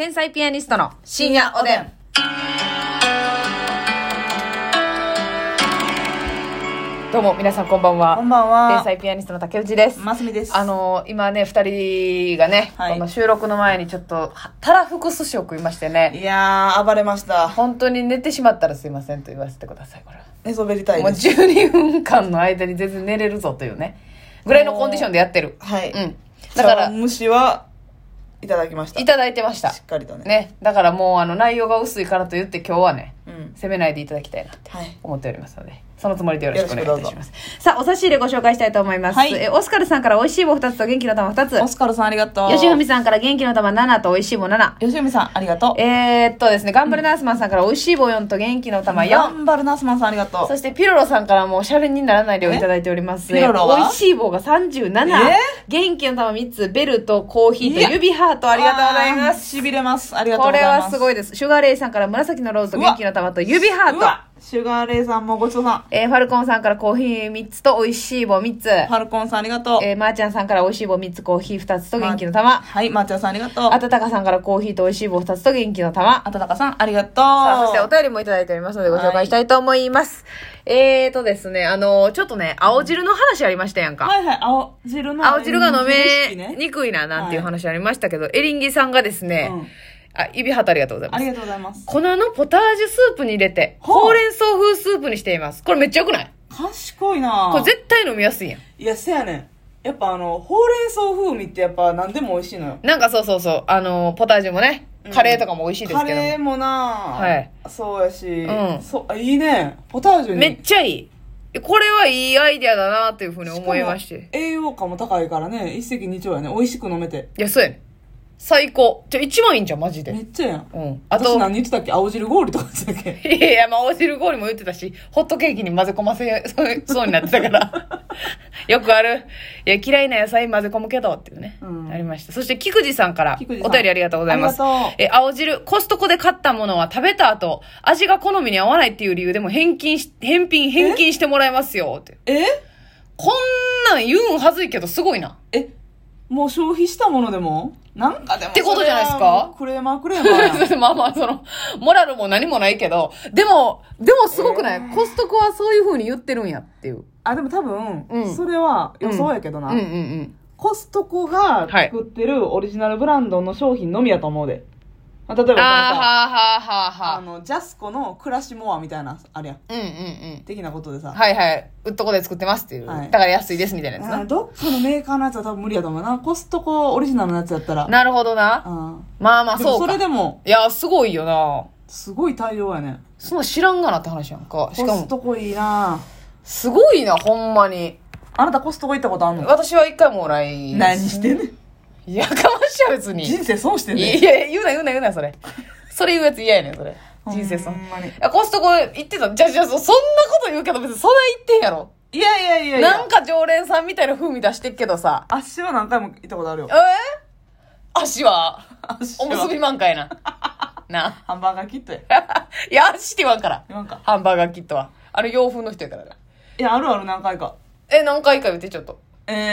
天才ピアニストの深夜おでん。どうも皆さんこんばんは。 こんばんは。 天才ピアニストの竹内です。 ますみです。 今ね2人がね、 はい、 この収録の前にちょっとたらふく寿司を食いましてね。 いやー暴れました。 本当に寝てしまったらすいませんと言わせてください。これは寝そべりたいです。 もう12分間の間に全然寝れるぞというねぐらいのコンディションでやってる。 はい、 うん、だから茶碗蒸しはいただきました。 いただいてました。 しっかりとね。 ね、だからもう内容が薄いからと言って今日はね、責めないでいただきたいなって思っておりますので、そのつもりでよろしくお願いいたします。さあ、お差し入れご紹介したいと思います。はい、オスカルさんから美味しい棒2つと元気の玉2つ。 オスカルさんありがとう。 吉文さんから元気の玉7と美味しい棒7。 吉文さんありがとう。 ですね、頑張るナースマンさんから美味しい棒4と元気の玉4。 頑張るナースマンさんありがとう。 そしてピロロさんからもおしゃれにならない量いただいております。 ピロロは美味しい棒が37。元気の玉3つ、ベルとコーヒーと指ハートありがとうございます。 しびれます。ありがとうございます。 これはすごいです。シュガーレイさんから紫のローズと元気の玉と指ハート。 シュガーレイさんもごちそうさん。 ファルコンさんからコーヒー3つと美味しい棒3つ。ファルコンさんありがとう。 まーちゃんさんから美味しい棒3つ、コーヒー2つと元気の玉。 はい、まーちゃんさんありがとう。 あたたかさんからコーヒーと美味しい棒2つと元気の玉。 あたたかさんありがとう。 さあ、そしてお便りもいただいておりますのでご紹介したいと思います。ですね、ちょっとね、青汁の話ありましたやんか。 はいはい、青汁が飲めにくいな、なんていう話ありましたけど、エリンギさんがですね、指ハートありがとうございます。 ありがとうございます。 粉のポタージュスープに入れて、ほうれん草風スープにしています。これめっちゃよくない？ 賢いな。 これ絶対飲みやすいやん。 いや、せやねん。やっぱほうれん草風味ってやっぱ何でも美味しいのよ。 なんかそう、ポタージュもね、カレーとかも美味しいですけど。 カレーもな、 はい。 そうやし、いいね。ポタージュに。 めっちゃいい。これはいいアイディアだなというふうに思いまして。 栄養価も高いからね、一石二鳥やね。美味しく飲めて。 いや、そうやね。最高。一番いいんじゃん、マジで。 めっちゃやん。 あと私何言ってたっけ？青汁氷とか言ってたっけ？ いや、青汁氷も言ってたし、ホットケーキに混ぜ込ませそうになってたから。よくある。いや、嫌いな野菜混ぜ込むけど、っていうね。ありました。そして、菊池さんから、お便りありがとうございます。青汁、コストコで買ったものは食べた後、味が好みに合わないっていう理由でも返金してもらえますよ、って。こんなん言うんはずいけど、すごいな。 もう消費したものでもなんかでもってことじゃないですか？ クレーマーやまあモラルも何もないけど、でもすごくない？コストコはそういう風に言ってるんやっていう。 でも多分、それは予想やけどな。コストコが作ってるオリジナルブランドの商品のみやと思うで。例えばジャスコの暮らしモアみたいな、あれや。的なことでさ。 はいはい。ウッドコで作ってますっていう。だから安いですみたいなやつな。 どっかのメーカーのやつは多分無理やと思うな。コストコオリジナルのやつやったら。 なるほどな。まあそうか。 それでも。 いや、すごいよな。 すごい対応やね。 そんな知らんがなって話やんか。しかも。 コストコいいな。 すごいな、ほんまに。 あなたコストコ行ったことあんの？ 私は一回もない。 何してんねん。 いやかましいや別に。 人生損してんねん。 いや、言うな、それ。それ言うやつ嫌やねん、それ。人生損。コストコ行ってた。じゃあ、そんなこと言うけど別にそんな言ってんやろ。 いや。 なんか常連さんみたいな風味出してっけどさ。 足は何回も行ったことあるよ。 足はおむすびマンかいな。な。 ハンバーガーキットや。 いや、足って言わんから。 言わんか。 ハンバーガーキットは。洋風の人やからな。 いや、ある何回か。 何回か言ってちょっと。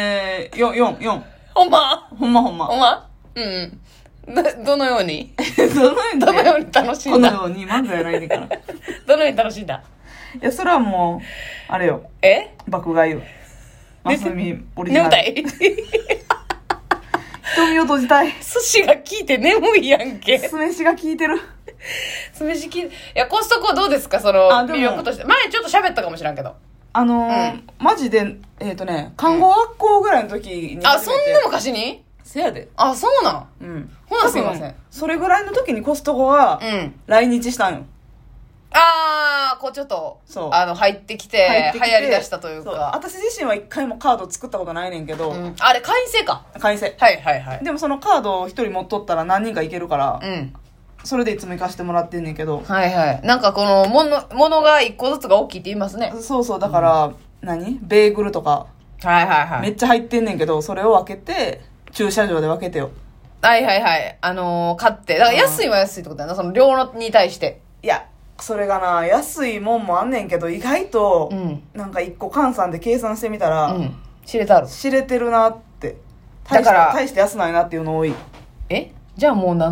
4。 ほんまほんまうん。どのようにどのように楽しんだ？ このように漫才やないねんから。 どのように楽しんだ？ いや、それはもう、あれよ。爆買いよ。マスミオリジナル。 眠たい？ 瞳を閉じたい。 寿司が効いて眠いやんけ。 酢飯が効いてる。 酢飯効いて、いや、コストコどうですか？魅力として。前ちょっと喋ったかもしらんけど。 マジで、看護学校ぐらいの時に。 そんな昔に？ せやで。 そうなん？ほなすいません。 それぐらいの時にコストコが、来日したんよ。 ちょっと、入ってきて、流行り出したというか。 私自身は一回もカード作ったことないねんけど。 あれ、会員制か。 会員制。 はい。 でもそのカードを一人持っとったら何人かいけるから、それでいつも行かしてもらってんねんけど。 なんかこの、物が一個ずつが大きいって言いますね。 そう、だから、ベーグルとか。めっちゃ入ってんねんけど、それを分けて、駐車場で分けてよ。 買って。だから安いは安いってことだな、その量に対して。 いや、それがな、安いもんもあんねんけど、意外と、なんか一個換算で計算してみたら、 知れたる。 知れてるなって。大して安ないなっていうの多い。 じゃあもう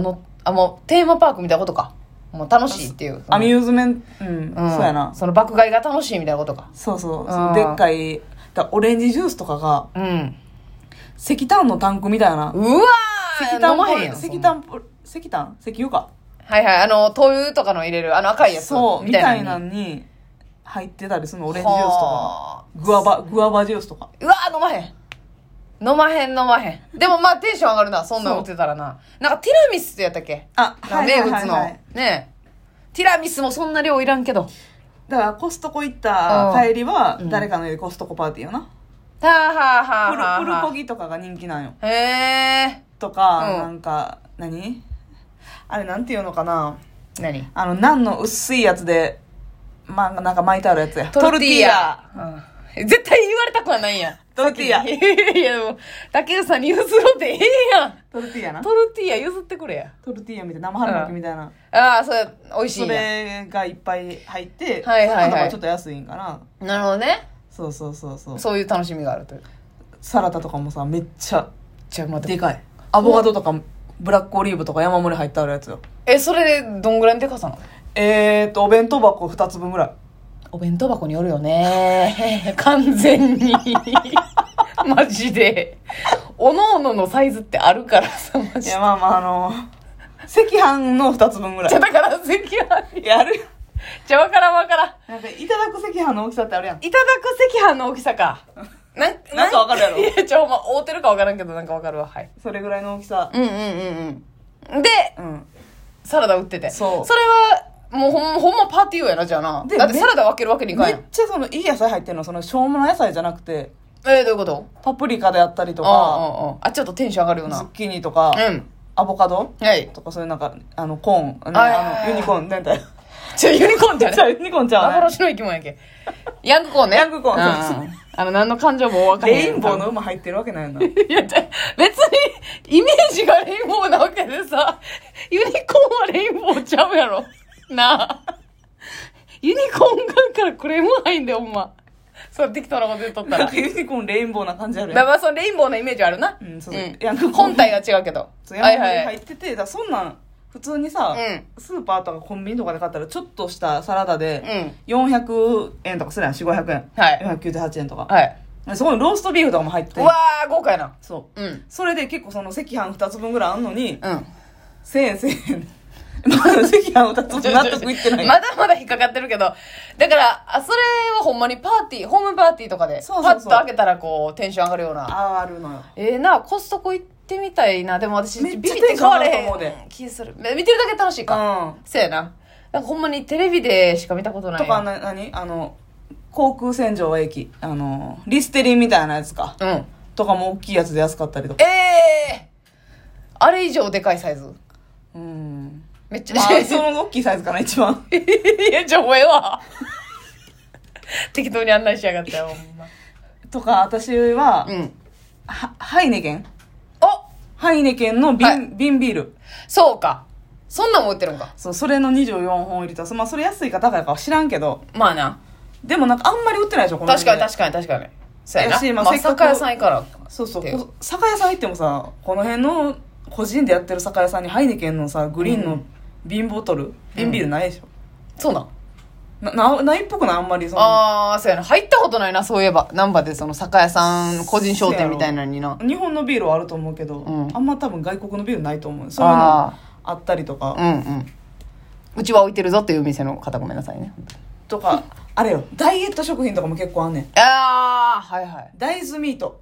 もうテーマパークみたいなことか。もう楽しいっていう。 アミューズメント、そうやな。 その爆買いが楽しいみたいなことか。 そうそう。でっかい、オレンジジュースとかが、石炭のタンクみたいな。 うわー、飲まへんやん。 石油か。 はいはい、灯油とかの入れる、赤いやつ。 そう、みたいなのに入ってたりするの、オレンジジュースとか。グアバジュースとか。 うわー、飲まへん。飲まへん。でもまあテンション上がるな、そんなの売ってたらな。なんかティラミスってやったっけ？名物の。ね。ティラミスもそんな量いらんけど。 だからコストコ行った帰りは、誰かの家でコストコパーティーよな。プルコギとかが人気なんよ。 へー。 とか、なんか、あれなんていうのかな。 何？ ナンの薄いやつで、まあ、なんか巻いてあるやつや。 トルティーヤ。絶対言われたくはないやん。 トルティーヤ。 いや、でも、竹内さんに譲ろうってええやん。 トルティーヤな。 トルティーヤ譲ってくれや。 トルティーヤみたいな、生春巻きみたいな。 ああ、それ、美味しいんや。 それがいっぱい入って、 はいはいはい。 ちょっと安いんかな。 なるほどね。 そう。 そういう楽しみがあるという。 サラダとかもさ、めっちゃ、でかい。アボカドとか、ブラックオリーブとか山盛り入ってあるやつよ。 それでどんぐらいのでかさなの？ お弁当箱2つ分ぐらい。 お弁当箱によるよね。完全に。マジで。おのおののサイズってあるからさ、マジで。 いや、まあ、赤飯の2つ分ぐらい。 だから赤飯。 やる。 わからん。 なんか、いただく赤飯の大きさってあるやん。 いただく赤飯の大きさか。 なんかわかるやろ。 いや、合うてるかわからんけど、なんかわかるわ。はい。 それぐらいの大きさ。 で、サラダ売ってて。それは、もうほんまパーティー用やな、じゃあな。だってサラダ分けるわけにいかんやん。 めっちゃいい野菜入ってんの、しょうもない野菜じゃなくて。 どういうこと？ パプリカであったりとか。 ちょっとテンション上がるよな。 ズッキーニとか。アボカドとか、そういうなんか、コーン。ユニコーン、なんだよ。 ユニコーンじゃね。 ユニコーンちゃう。 幻の生き物やけ。ヤングコーンね。 ヤングコーン。 何の感情も分かれへん。レインボーの馬入ってるわけないよな。いや、別に、イメージがレインボーなわけでさ、ユニコーンはレインボーちゃうやろ。なあ。ユニコーンからクレーム入んだよ、ほんま。そう、適当なこと言っとったら。 ユニコーンレインボーな感じあるやん。まあ、そのレインボーのイメージあるな。本体が違うけど。 はいはい。入ってて、そんなん、普通にさ、スーパーとかコンビニとかで買ったら、ちょっとしたサラダで、400円とかするやん、4、500円。 はい。 498円とか。 はい。 そこにローストビーフとかも入ってて。 うわー、豪華やな。 そう。それで結構その赤飯2つ分ぐらいあんのに、1000円。まだ赤飯2つ分納得いってない。 まだまだ引っかかってるけど、だから、それはほんまにホームパーティーとかで、パッと開けたらこう、テンション上がるような。 あるのよ。 コストコ行ってみたいな。でも私、 ビビって買われへん気する。見てるだけ楽しいか。そうやな。なんかほんまにテレビでしか見たことない。 とか、航空洗浄液。リステリンみたいなやつか。とかも大きいやつで安かったりとか。 あれ以上でかいサイズ。めっちゃ、 その大きいサイズかな、一番。 いや、もうええわ。適当に案内しやがったよ、ほんま。 とか、私は、ハイネケン。ハイネケンの瓶ビール。 そうか。そんなんも売ってるんか。 そう、それの24本入りと、まあ、それ安いか高いかは知らんけど。 まあな。 でもなんかあんまり売ってないでしょ、この確かに。そうやな。まあ、酒屋さん行から。 そう。酒屋さん行ってもさ、この辺の個人でやってる酒屋さんにハイネケンのさ、グリーンの瓶ボトル、瓶ビールないでしょ。 そうなん。 ないっぽくないあんまりそうやな。入ったことないな、そういえば。難波でその酒屋さん、個人商店みたいなのにな。 日本のビールはあると思うけど、あんま多分外国のビールないと思う。そういうのあったりとか。 うちは置いてるぞっていう店の方ごめんなさいね。 とか、あれよ、ダイエット食品とかも結構あんねん。 はいはい。 大豆ミート。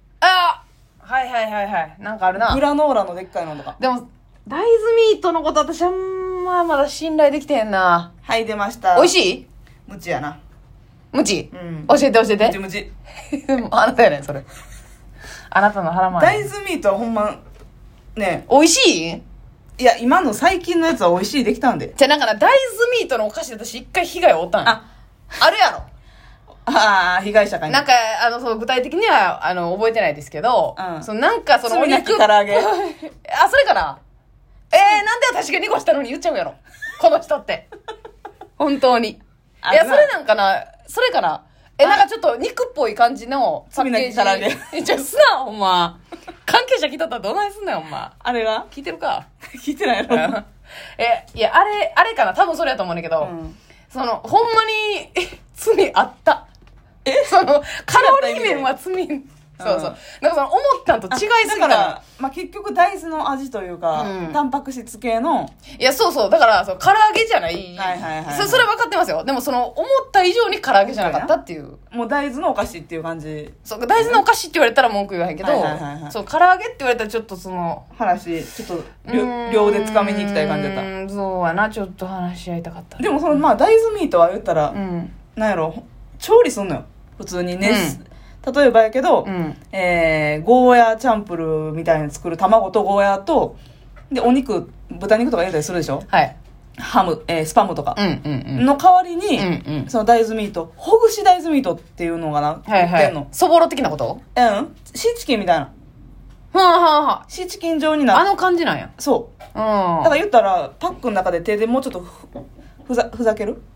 はい。なんかあるな。 グラノーラのでっかいのとか。 でも、大豆ミートのこと私あんままだ信頼できてへんな。 はい、出ました。 美味しい？ ムチやな。 ムチ？教えて。 ムチ。 あなたやねん、それ。あなたの腹回り。大豆ミートはほんま、ね。 美味しい？ いや、今の最近のやつは美味しいできたんで。 じゃあなんかな、大豆ミートのお菓子で私一回被害を負ったんや。あるやろ。 被害者かに。 なんか、具体的には、覚えてないですけど、なんかお肉。唐揚げ。 それかな。なんで私が濁したのに言っちゃうやろ。この人って。本当に。いや、それなんかな、なんかちょっと肉っぽい感じのパッケージ。唐揚げ。 すな、ほんま。関係者来とったらどないすんねん、ほんま。 あれが聞いてるか。 聞いてないやろ。 いや、あれかな、多分それやと思うんだけど、ほんまに、罪あった。カロリー面は罪、そうそう。なんか思ったんと違いすぎた。だから、 まあ、結局大豆の味というか、タンパク質系の。 いや、そうそう。だから、唐揚げじゃない。それは分かってますよ。でも思った以上に唐揚げじゃなかったっていう。 もう大豆のお菓子っていう感じ。 そう、大豆のお菓子って言われたら文句言わへんけど、そう、唐揚げって言われたらちょっと話、ちょっと秒で掴みに行きたい感じだった。 そうやな、ちょっと話し合いたかった。 でもまあ、大豆ミートは言ったら、なんやろ、調理すんのよ。普通にね。例えばやけど、ゴーヤーチャンプルみたいに作る卵とゴーヤーと、で、お肉、豚肉とか入れたりするでしょ。 はい。 ハム、スパムとか。の代わりに、その大豆ミート、ほぐし大豆ミートっていうのがな、 売ってんの。そぼろ的なこと？ シーチキンみたいな。シーチキン状になる。あの感じなんや。 そう。だから言ったら、パックの中で手でもうちょっとふざける？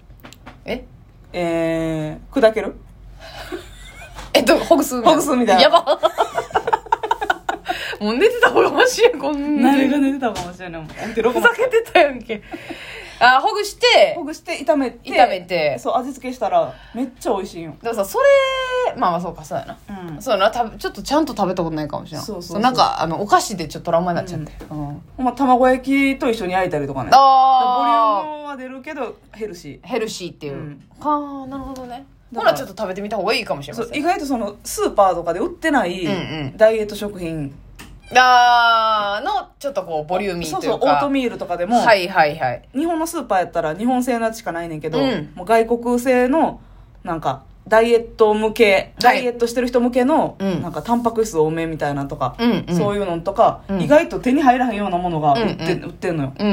砕ける？ ほぐすみたいな。 やば。もう寝てた方がマシやん、こんな。 誰が寝てたかもしれないもん。 ふざけてたやんけ。ほぐして、 炒めて。そう、味付けしたら、めっちゃ美味しいよ。 だからさ、それ、まあそうか、そうやな。そうやな、ちょっとちゃんと食べたことないかもしれない。そう。なんか、お菓子でちょっとトラウマになっちゃって。 卵焼きと一緒に焼いたりとかね。ボリュームは出るけど、ヘルシーっていう。なるほどね。ほらちょっと食べてみた方がいいかもしれません。 意外とスーパーとかで売ってないダイエット食品のちょっとボリューミーというか、 そうオートミールとかでも、日本のスーパーやったら日本製のやつしかないねんけど、もう外国製のなんかダイエットしてる人向けの、なんかタンパク質多めみたいなとか、そういうのとか、意外と手に入らへんようなものが売ってんのよ。